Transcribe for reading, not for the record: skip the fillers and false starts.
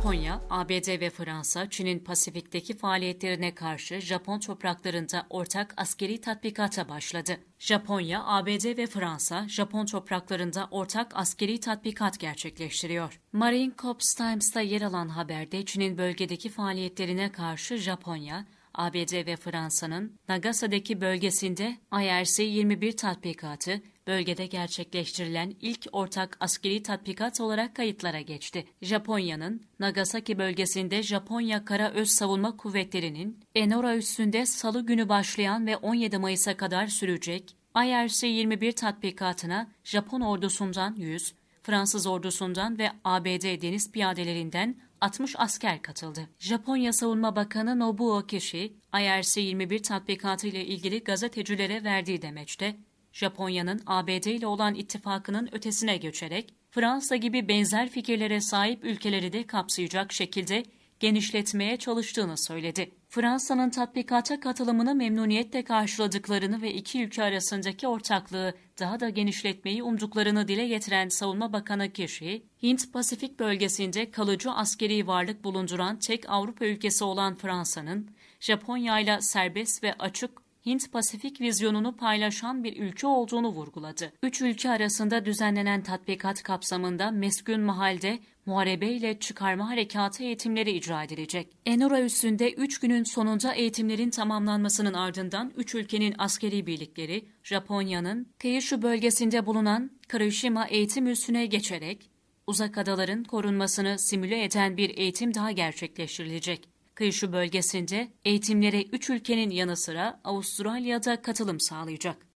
Japonya, ABD ve Fransa, Çin'in Pasifik'teki faaliyetlerine karşı Japon topraklarında ortak askeri tatbikata başladı. Japonya, ABD ve Fransa, Japon topraklarında ortak askeri tatbikat gerçekleştiriyor. Marine Corps Times'ta yer alan haberde Çin'in bölgedeki faaliyetlerine karşı Japonya, ABD ve Fransa'nın Nagasa'daki bölgesinde IRC-21 tatbikatı, bölgede gerçekleştirilen ilk ortak askeri tatbikat olarak kayıtlara geçti. Japonya'nın Nagasaki bölgesinde Japonya Kara Öz Savunma Kuvvetleri'nin Enora üssünde Salı günü başlayan ve 17 Mayıs'a kadar sürecek IRC-21 tatbikatına Japon ordusundan 100, Fransız ordusundan ve ABD deniz piyadelerinden 60 asker katıldı. Japonya Savunma Bakanı Nobuo Kishi, IRC-21 tatbikatı ile ilgili gazetecilere verdiği demeçte, Japonya'nın ABD ile olan ittifakının ötesine geçerek, Fransa gibi benzer fikirlere sahip ülkeleri de kapsayacak şekilde genişletmeye çalıştığını söyledi. Fransa'nın tatbikata katılımını memnuniyetle karşıladıklarını ve iki ülke arasındaki ortaklığı daha da genişletmeyi umduklarını dile getiren Savunma Bakanı Kishi, Hint-Pasifik bölgesinde kalıcı askeri varlık bulunduran tek Avrupa ülkesi olan Fransa'nın, Japonya ile serbest ve açık Hint-Pasifik vizyonunu paylaşan bir ülke olduğunu vurguladı. Üç ülke arasında düzenlenen tatbikat kapsamında meskun mahalde muharebe ile çıkarma harekatı eğitimleri icra edilecek. Enora üssünde 3 günün sonunda eğitimlerin tamamlanmasının ardından 3 ülkenin askeri birlikleri Japonya'nın Kyushu bölgesinde bulunan Kagoshima eğitim üssüne geçerek uzak adaların korunmasını simüle eden bir eğitim daha gerçekleştirilecek. Kyushu bölgesinde eğitimlere 3 ülkenin yanı sıra Avustralya'da katılım sağlayacak.